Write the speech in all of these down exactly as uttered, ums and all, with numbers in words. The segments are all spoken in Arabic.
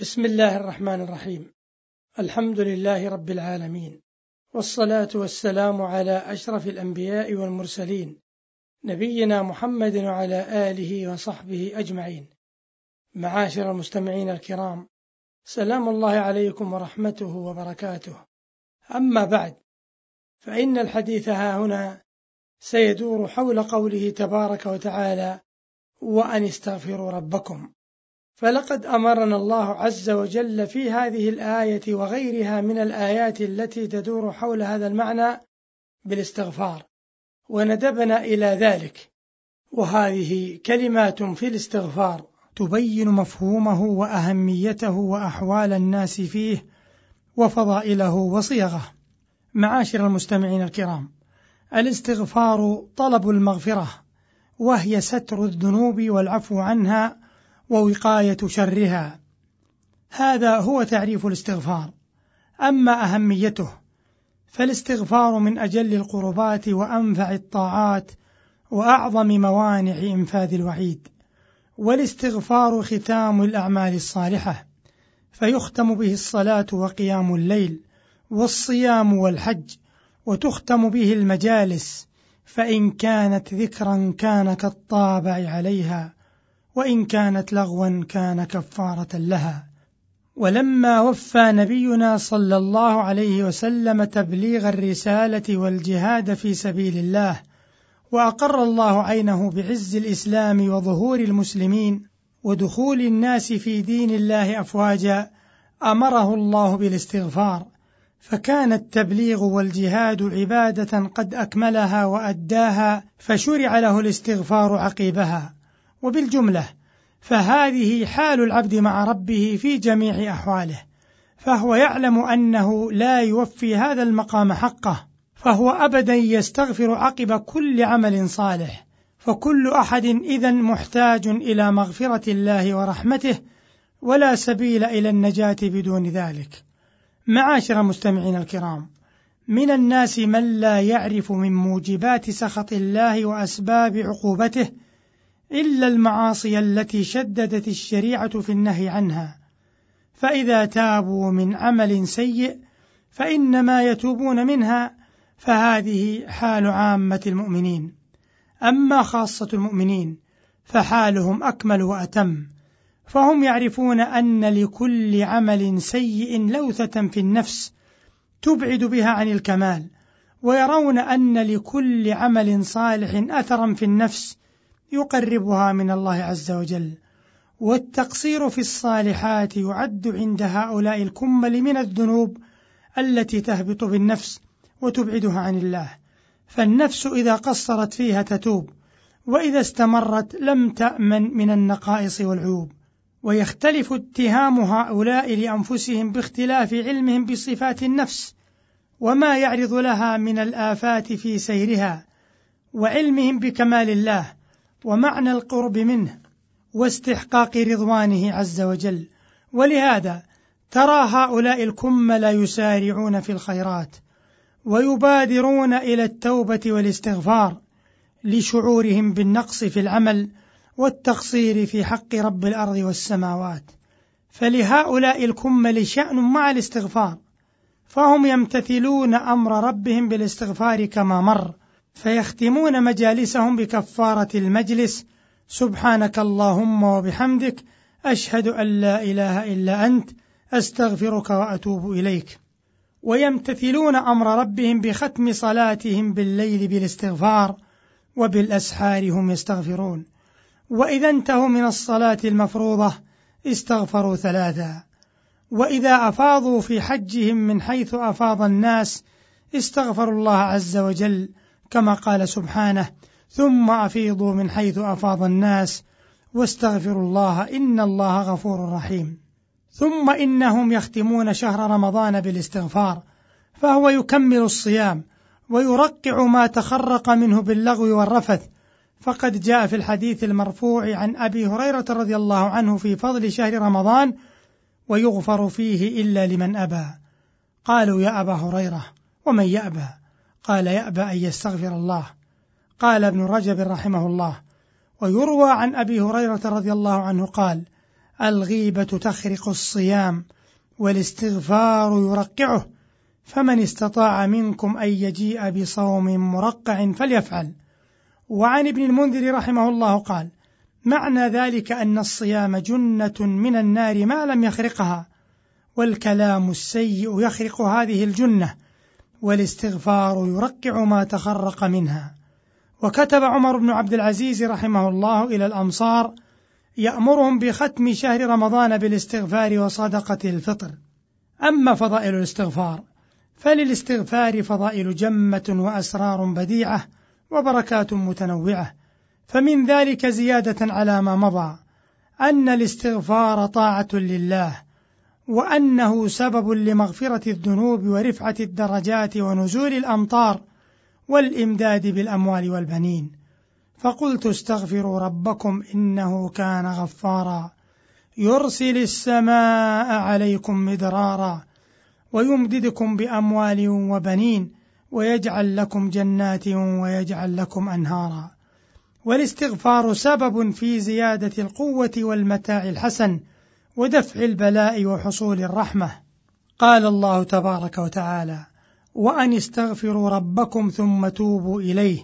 بسم الله الرحمن الرحيم. الحمد لله رب العالمين، والصلاة والسلام على أشرف الأنبياء والمرسلين، نبينا محمد وعلى آله وصحبه أجمعين. معاشر المستمعين الكرام، سلام الله عليكم ورحمته وبركاته. أما بعد، فإن الحديث ها هنا سيدور حول قوله تبارك وتعالى: وأن استغفروا ربكم. فلقد أمرنا الله عز وجل في هذه الآية وغيرها من الآيات التي تدور حول هذا المعنى بالاستغفار، وندبنا إلى ذلك. وهذه كلمات في الاستغفار تبين مفهومه وأهميته وأحوال الناس فيه وفضائله وصيغه. معاشر المستمعين الكرام، الاستغفار طلب المغفرة، وهي ستر الذنوب والعفو عنها ووقاية شرها. هذا هو تعريف الاستغفار. أما أهميته فالاستغفار من أجل القربات وأنفع الطاعات وأعظم موانع إنفاذ الوعيد، والاستغفار ختام الأعمال الصالحة، فيختم به الصلاة وقيام الليل والصيام والحج، وتختم به المجالس، فإن كانت ذكرا كان كالطابع عليها، وإن كانت لغوا كان كفارة لها. ولما وفى نبينا صلى الله عليه وسلم تبليغ الرسالة والجهاد في سبيل الله، وأقر الله عينه بعز الإسلام وظهور المسلمين ودخول الناس في دين الله أفواجا، أمره الله بالاستغفار، فكان التبليغ والجهاد عبادة قد أكملها وأداها، فشرع له الاستغفار عقيبها. وبالجملة فهذه حال العبد مع ربه في جميع أحواله، فهو يعلم أنه لا يوفي هذا المقام حقه، فهو أبدا يستغفر عقب كل عمل صالح، فكل أحد إذن محتاج إلى مغفرة الله ورحمته، ولا سبيل إلى النجاة بدون ذلك. معاشر المستمعين الكرام، من الناس من لا يعرف من موجبات سخط الله وأسباب عقوبته إلا المعاصي التي شددت الشريعة في النهي عنها، فإذا تابوا من عمل سيء فإنما يتوبون منها، فهذه حال عامة المؤمنين. أما خاصة المؤمنين فحالهم أكمل وأتم، فهم يعرفون أن لكل عمل سيء لوثة في النفس تبعد بها عن الكمال، ويرون أن لكل عمل صالح أثرا في النفس يقربها من الله عز وجل. والتقصير في الصالحات يعد عند هؤلاء الكمل من الذنوب التي تهبط بالنفس وتبعدها عن الله، فالنفس إذا قصرت فيها تتوب، وإذا استمرت لم تأمن من النقائص والعيوب. ويختلف اتهام هؤلاء لأنفسهم باختلاف علمهم بصفات النفس وما يعرض لها من الآفات في سيرها، وعلمهم بكمال الله ومعنى القرب منه واستحقاق رضوانه عز وجل. ولهذا ترى هؤلاء الكمل يسارعون في الخيرات ويبادرون إلى التوبة والاستغفار لشعورهم بالنقص في العمل والتقصير في حق رب الأرض والسماوات. فلهؤلاء الكمل شأن مع الاستغفار، فهم يمتثلون أمر ربهم بالاستغفار كما مر، فيختمون مجالسهم بكفارة المجلس: سبحانك اللهم وبحمدك، أشهد أن لا إله إلا أنت، أستغفرك وأتوب إليك. ويمتثلون أمر ربهم بختم صلاتهم بالليل بالاستغفار، وبالأسحار هم يستغفرون. وإذا انتهوا من الصلاة المفروضة استغفروا ثلاثا، وإذا أفاضوا في حجهم من حيث أفاض الناس استغفروا الله عز وجل، كما قال سبحانه: ثم أفيضوا من حيث أفاض الناس واستغفروا الله إن الله غفور رحيم. ثم إنهم يختمون شهر رمضان بالاستغفار، فهو يكمل الصيام ويرقع ما تخرق منه باللغو والرفث، فقد جاء في الحديث المرفوع عن أبي هريرة رضي الله عنه في فضل شهر رمضان: ويغفر فيه إلا لمن أبى. قالوا: يا أبا هريرة، ومن يأبى؟ قال: يأبى أن يستغفر الله. قال ابن رجب رحمه الله: ويروى عن أبي هريرة رضي الله عنه قال: الغيبة تخرق الصيام والاستغفار يرقعه، فمن استطاع منكم أن يجيء بصوم مرقع فليفعل. وعن ابن المنذر رحمه الله قال: معنى ذلك أن الصيام جنة من النار ما لم يخرقها، والكلام السيء يخرق هذه الجنة، والاستغفار يرقع ما تخرق منها. وكتب عمر بن عبد العزيز رحمه الله إلى الأمصار يأمرهم بختم شهر رمضان بالاستغفار وصدقة الفطر. أما فضائل الاستغفار فللاستغفار فضائل جمة وأسرار بديعة وبركات متنوعة، فمن ذلك زيادة على ما مضى أن الاستغفار طاعة لله، وأنه سبب لمغفرة الذنوب ورفعة الدرجات ونزول الأمطار والإمداد بالأموال والبنين. فقلت استغفروا ربكم إنه كان غفارا يرسل السماء عليكم مدرارا ويمددكم بأموال وبنين ويجعل لكم جنات ويجعل لكم أنهارا. والاستغفار سبب في زيادة القوة والمتاع الحسن ودفع البلاء وحصول الرحمة. قال الله تبارك وتعالى: وأن استغفروا ربكم ثم توبوا إليه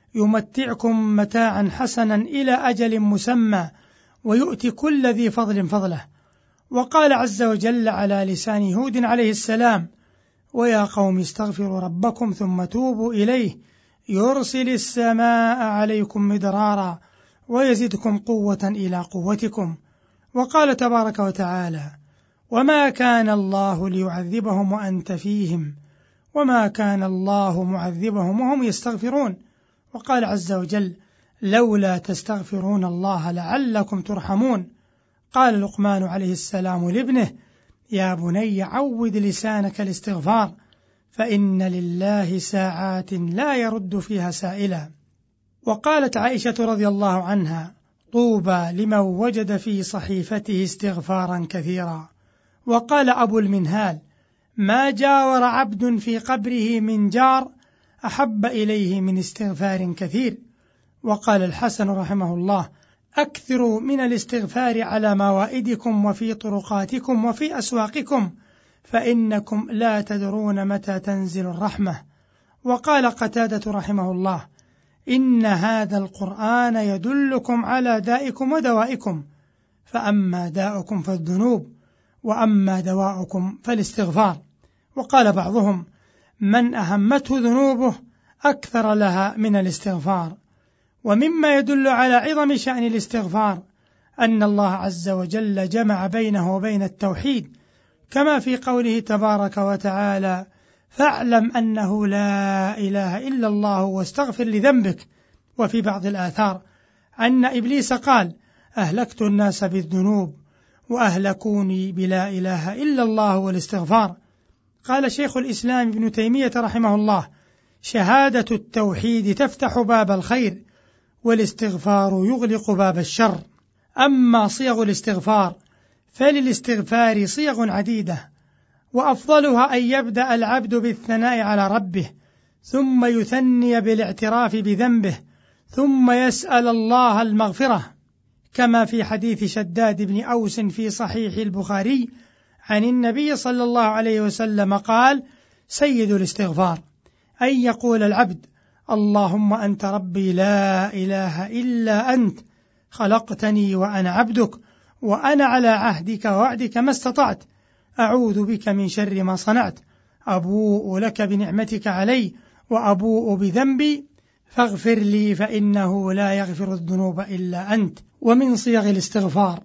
يمتعكم متاعا حسنا إلى أجل مسمى ويؤتي كل ذي فضل فضله. وقال عز وجل على لسان هود عليه السلام: ويا قوم استغفروا ربكم ثم توبوا إليه يرسل السماء عليكم مدرارا ويزدكم قوة إلى قوتكم. وقال تبارك وتعالى: وما كان الله ليعذبهم وأنت فيهم وما كان الله معذبهم وهم يستغفرون. وقال عز وجل: لولا تستغفرون الله لعلكم ترحمون. قال لقمان عليه السلام لابنه: يا بني عود لسانك الاستغفار فإن لله ساعات لا يرد فيها سائلا. وقالت عائشة رضي الله عنها: طوبى لمن وجد في صحيفته استغفارا كثيرا. وقال أبو المنهال: ما جاور عبد في قبره من جار أحب إليه من استغفار كثير. وقال الحسن رحمه الله: أكثروا من الاستغفار على موائدكم وفي طرقاتكم وفي أسواقكم فإنكم لا تدرون متى تنزل الرحمة. وقال قتادة رحمه الله: إن هذا القرآن يدلكم على دائكم ودوائكم، فأما داؤكم فالذنوب وأما دواؤكم فالاستغفار. وقال بعضهم: من أهمته ذنوبه أكثر لها من الاستغفار. ومما يدل على عظم شأن الاستغفار أن الله عز وجل جمع بينه وبين التوحيد، كما في قوله تبارك وتعالى: فاعلم أنه لا إله إلا الله واستغفر لذنبك. وفي بعض الآثار أن إبليس قال: أهلكت الناس بالذنوب وأهلكوني بلا إله إلا الله والاستغفار. قال شيخ الإسلام ابن تيمية رحمه الله: شهادة التوحيد تفتح باب الخير والاستغفار يغلق باب الشر. أما صيغ الاستغفار فللاستغفار صيغ عديدة، وأفضلها أن يبدأ العبد بالثناء على ربه ثم يثني بالاعتراف بذنبه ثم يسأل الله المغفرة، كما في حديث شداد بن أوس في صحيح البخاري عن النبي صلى الله عليه وسلم قال: سيد الاستغفار أن يقول العبد: اللهم أنت ربي لا إله إلا أنت خلقتني وأنا عبدك وأنا على عهدك ووعدك ما استطعت، أعوذ بك من شر ما صنعت، أبوء لك بنعمتك علي وأبوء بذنبي فاغفر لي فإنه لا يغفر الذنوب إلا أنت. ومن صيغ الاستغفار: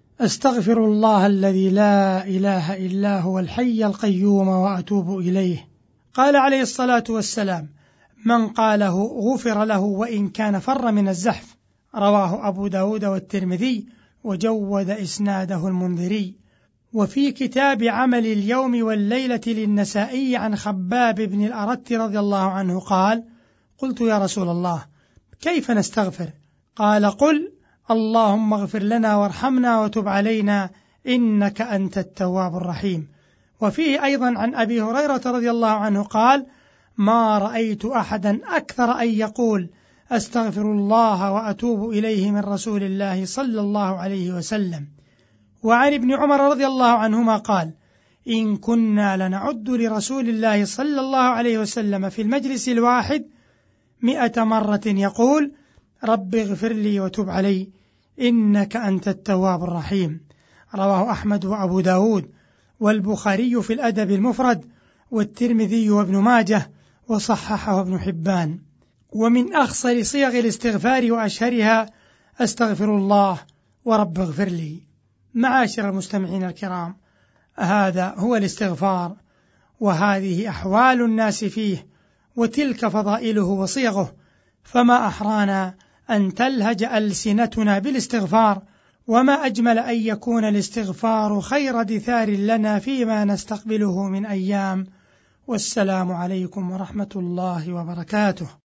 أستغفر الله الذي لا إله إلا هو الحي القيوم وأتوب إليه. قال عليه الصلاة والسلام: من قاله غفر له وإن كان فر من الزحف. رواه أبو داود والترمذي وجود إسناده المنذري. وفي كتاب عمل اليوم والليلة للنسائي عن خباب بن الأرت رضي الله عنه قال: قلت يا رسول الله كيف نستغفر؟ قال: قل اللهم اغفر لنا وارحمنا وتب علينا إنك أنت التواب الرحيم. وفيه أيضا عن أبي هريرة رضي الله عنه قال: ما رأيت أحدا أكثر أن يقول أستغفر الله وأتوب إليه من رسول الله صلى الله عليه وسلم. وعن ابن عمر رضي الله عنهما قال: إن كنا لنعد لرسول الله صلى الله عليه وسلم في المجلس الواحد مئة مرة يقول: رب اغفر لي وتب علي إنك أنت التواب الرحيم. رواه أحمد وأبو داود والبخاري في الأدب المفرد والترمذي وابن ماجه وصححه ابن حبان. ومن أخصر صيغ الاستغفار وأشهرها: أستغفر الله ورب اغفر لي. معاشر المستمعين الكرام، هذا هو الاستغفار، وهذه أحوال الناس فيه، وتلك فضائله وصيغه، فما أحرانا أن تلهج ألسنتنا بالاستغفار، وما أجمل أن يكون الاستغفار خير دثار لنا فيما نستقبله من أيام. والسلام عليكم ورحمة الله وبركاته.